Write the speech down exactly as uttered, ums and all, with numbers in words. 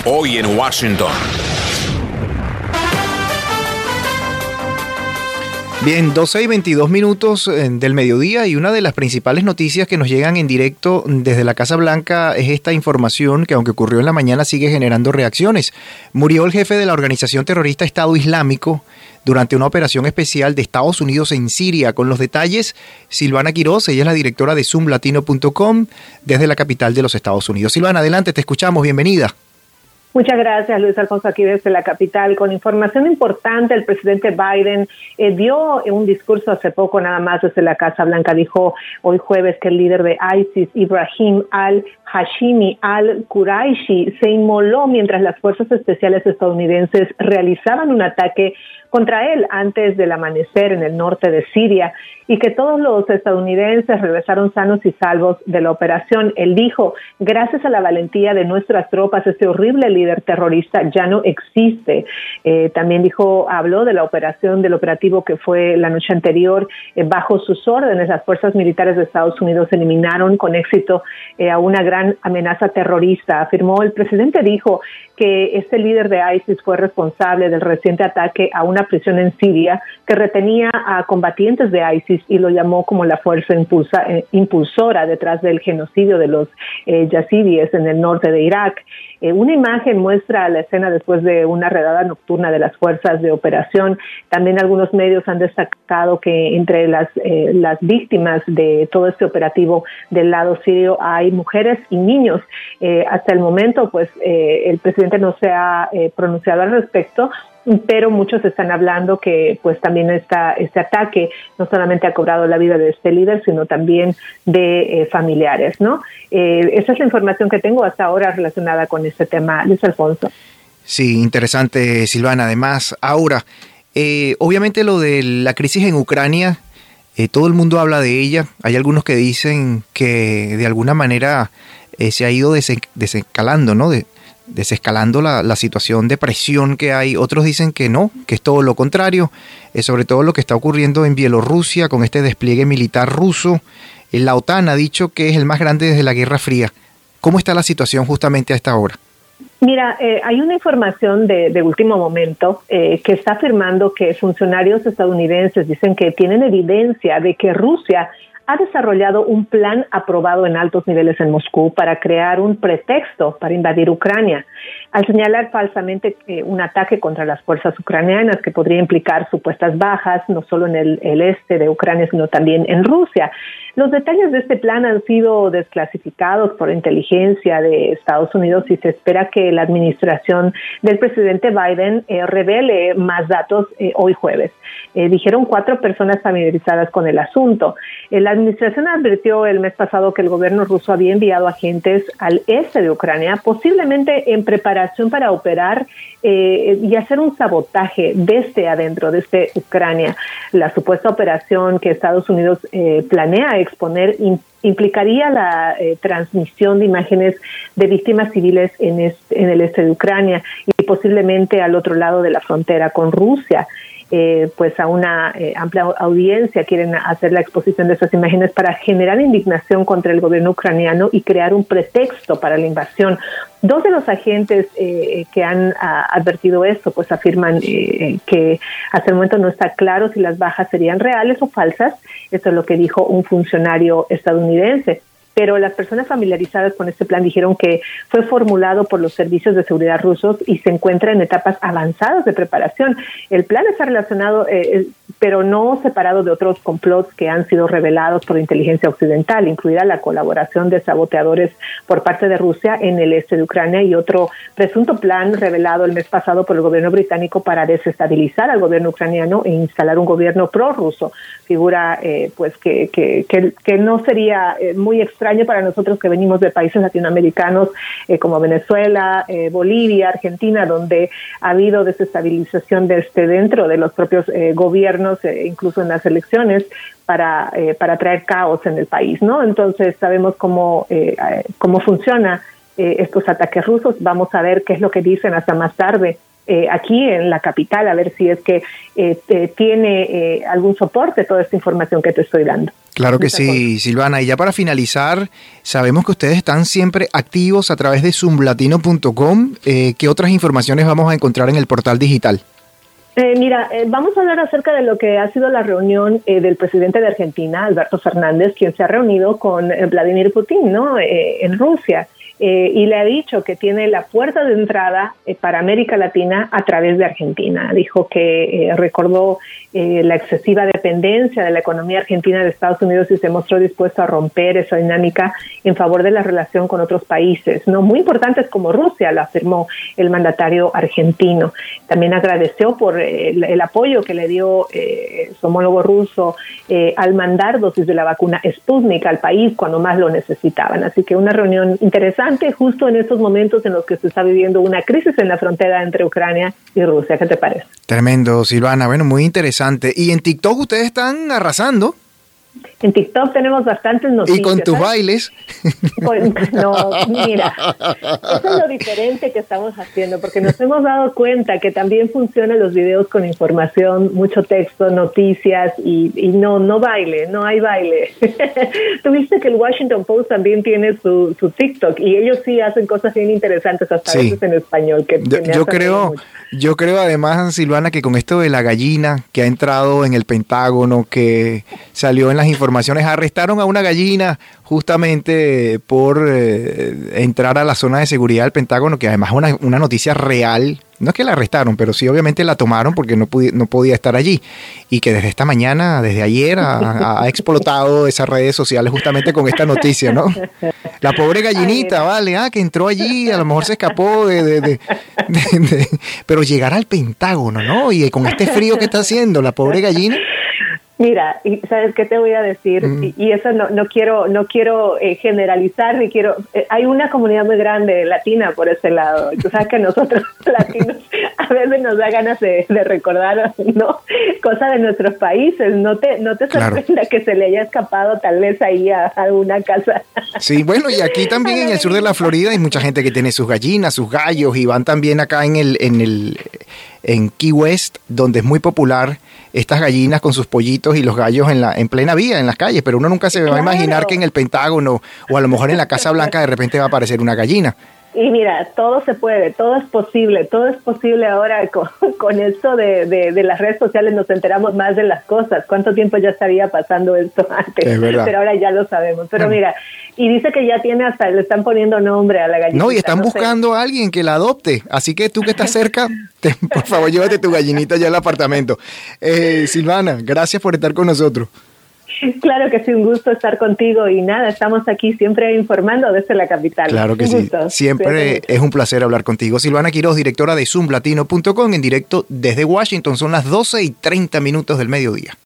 Hoy en Washington. Bien, doce y veintidós minutos del mediodía, y una de las principales noticias que nos llegan en directo desde la Casa Blanca es esta información que, aunque ocurrió en la mañana, sigue generando reacciones. Murió el jefe de la organización terrorista Estado Islámico durante una operación especial de Estados Unidos en Siria. Con los detalles, Silvana Quiroz, ella es la directora de zoom latino punto com desde la capital de los Estados Unidos. Silvana, adelante, te escuchamos, bienvenida. Muchas gracias, Luis Alfonso, aquí desde la capital. Con información importante, el presidente Biden eh, dio un discurso hace poco, nada más desde la Casa Blanca. Dijo hoy jueves que el líder de ISIS, Ibrahim al-Hashimi al-Quraishi, se inmoló mientras las fuerzas especiales estadounidenses realizaban un ataque contra él antes del amanecer en el norte de Siria, y que todos los estadounidenses regresaron sanos y salvos de la operación. Él dijo: gracias a la valentía de nuestras tropas, este horrible líder terrorista ya no existe. Eh, también dijo, habló de la operación, del operativo que fue la noche anterior. Eh, bajo sus órdenes, las fuerzas militares de Estados Unidos eliminaron con éxito eh, a una gran amenaza terrorista, afirmó. El presidente dijo que este líder de ISIS fue responsable del reciente ataque a una prisión en Siria que retenía a combatientes de ISIS, y lo llamó como la fuerza impulsa, eh, impulsora detrás del genocidio de los eh, yazidíes en el norte de Irak. Eh, una imagen muestra la escena después de una redada nocturna de las fuerzas de operación. También algunos medios han destacado que entre las, eh, las víctimas de todo este operativo del lado sirio hay mujeres y niños. Eh, hasta el momento, pues, eh, el presidente no se ha eh, pronunciado al respecto, pero muchos están hablando que pues también esta, este ataque no solamente ha cobrado la vida de este líder, sino también de eh, familiares, ¿no? Eh, esa es la información que tengo hasta ahora relacionada con este tema, Luis Alfonso. Sí, interesante, Silvana. Además, ahora, eh, obviamente lo de la crisis en Ucrania, eh, todo el mundo habla de ella. Hay algunos que dicen que de alguna manera eh, se ha ido des- desescalando, ¿no? De, desescalando la, la situación de presión que hay. Otros dicen que no, que es todo lo contrario, eh, sobre todo lo que está ocurriendo en Bielorrusia con este despliegue militar ruso. Eh, la OTAN ha dicho que es el más grande desde la Guerra Fría. ¿Cómo está la situación justamente a esta hora? Mira, eh, hay una información de, de último momento eh, que está afirmando que funcionarios estadounidenses dicen que tienen evidencia de que Rusia ha desarrollado un plan aprobado en altos niveles en Moscú para crear un pretexto para invadir Ucrania, al señalar falsamente eh, un ataque contra las fuerzas ucranianas que podría implicar supuestas bajas, no solo en el, el este de Ucrania, sino también en Rusia. Los detalles de este plan han sido desclasificados por inteligencia de Estados Unidos, y se espera que la administración del presidente Biden eh, revele más datos eh, hoy jueves. Eh, dijeron cuatro personas familiarizadas con el asunto. Eh, la administración advirtió el mes pasado que el gobierno ruso había enviado agentes al este de Ucrania, posiblemente en preparación para operar eh, y hacer un sabotaje desde adentro, desde Ucrania. La supuesta operación que Estados Unidos eh, planea exponer implicaría la eh, transmisión de imágenes de víctimas civiles en, este, en el este de Ucrania y posiblemente al otro lado de la frontera con Rusia. Eh, pues a una eh, amplia audiencia quieren hacer la exposición de esas imágenes para generar indignación contra el gobierno ucraniano y crear un pretexto para la invasión. Dos de los agentes eh, que han a, advertido esto, pues afirman eh, que hasta el momento no está claro si las bajas serían reales o falsas. Esto es lo que dijo un funcionario estadounidense. Pero las personas familiarizadas con este plan dijeron que fue formulado por los servicios de seguridad rusos y se encuentra en etapas avanzadas de preparación. El plan está relacionado, eh, pero no separado de otros complots que han sido revelados por inteligencia occidental, incluida la colaboración de saboteadores por parte de Rusia en el este de Ucrania y otro presunto plan revelado el mes pasado por el gobierno británico para desestabilizar al gobierno ucraniano e instalar un gobierno prorruso. Figura eh, pues que, que, que, que no sería eh, muy extraño para nosotros que venimos de países latinoamericanos eh, como Venezuela, eh, Bolivia, Argentina, donde ha habido desestabilización desde dentro de los propios eh, gobiernos, eh, incluso en las elecciones, para eh, para traer caos en el país, ¿no? Entonces sabemos cómo eh, cómo funciona eh, estos ataques rusos. Vamos a ver qué es lo que dicen hasta más tarde eh, aquí en la capital, a ver si es que eh, te, tiene eh, algún soporte toda esta información que te estoy dando. Claro que sí, Silvana. Y ya para finalizar, sabemos que ustedes están siempre activos a través de zoom latino punto com. Eh, ¿Qué otras informaciones vamos a encontrar en el portal digital? Eh, mira, eh, vamos a hablar acerca de lo que ha sido la reunión eh, del presidente de Argentina, Alberto Fernández, quien se ha reunido con eh, Vladimir Putin, ¿no? Eh, en Rusia. Eh, y le ha dicho que tiene la puerta de entrada eh, para América Latina a través de Argentina. Dijo que eh, recordó eh, la excesiva dependencia de la economía argentina de Estados Unidos y se mostró dispuesto a romper esa dinámica en favor de la relación con otros países, ¿no? Muy importantes como Rusia, lo afirmó el mandatario argentino. También agradeció por eh, el, el apoyo que le dio eh, su homólogo ruso eh, al mandar dosis de la vacuna Sputnik al país cuando más lo necesitaban. Así que una reunión interesante justo en estos momentos en los que se está viviendo una crisis en la frontera entre Ucrania y Rusia. ¿Qué te parece? Tremendo, Silvana. Bueno, muy interesante. Y en TikTok ustedes están arrasando. En TikTok tenemos bastantes noticias. ¿Y con tus ¿sabes? bailes? Con, no, mira, eso es lo diferente que estamos haciendo, porque nos hemos dado cuenta que también funcionan los videos con información, mucho texto, noticias y, y no no baile, no hay baile. Tuviste que el Washington Post también tiene su, su TikTok y ellos sí hacen cosas bien interesantes, hasta sí. a veces en español. Que, yo, que yo creo, yo creo además, Silvana, que con esto de la gallina que ha entrado en el Pentágono, que salió en las informaciones, arrestaron a una gallina justamente por eh, entrar a la zona de seguridad del Pentágono, que además es una, una noticia real. No es que la arrestaron, pero sí obviamente la tomaron porque no, pudi- no podía estar allí. Y que desde esta mañana, desde ayer, ha, ha explotado esas redes sociales justamente con esta noticia, ¿no? La pobre gallinita, vale, ah, que entró allí, a lo mejor se escapó de... de, de, de, de pero llegar al Pentágono, ¿no? Y con este frío que está haciendo, la pobre gallina... Mira, y ¿sabes qué te voy a decir? Mm. Y, y eso no, no quiero no quiero eh, generalizar, ni quiero... Eh, hay una comunidad muy grande latina por ese lado. Tú sabes que nosotros latinos a veces nos da ganas de, de recordar, ¿no? Cosas de nuestros países. No te no te sorprenda claro. que se le haya escapado tal vez ahí a alguna casa. Sí, bueno, y aquí también en el sur de la Florida hay mucha gente que tiene sus gallinas, sus gallos, y van también acá en el... en el en Key West, donde es muy popular estas gallinas con sus pollitos y los gallos en la en plena vía, en las calles, pero uno nunca se claro. va a imaginar que en el Pentágono o a lo mejor en la Casa Blanca de repente va a aparecer una gallina. Y mira, todo se puede, todo es posible, todo es posible ahora con, con esto de, de, de las redes sociales, nos enteramos más de las cosas. ¿Cuánto tiempo ya estaría pasando esto antes? Es verdad. Pero ahora ya lo sabemos. Pero bueno. Mira, y dice que ya tiene hasta, le están poniendo nombre a la gallinita. No, y están no buscando sé. a alguien que la adopte. Así que tú que estás cerca, te, por favor, llévate tu gallinita ya al apartamento. Eh, Silvana, gracias por estar con nosotros. Claro que sí, un gusto estar contigo y nada, estamos aquí siempre informando desde la capital. Claro que un sí, gusto. siempre es un placer hablar contigo. Silvana Quiroz, directora de zoom latino punto com, en directo desde Washington, son las doce y treinta minutos del mediodía.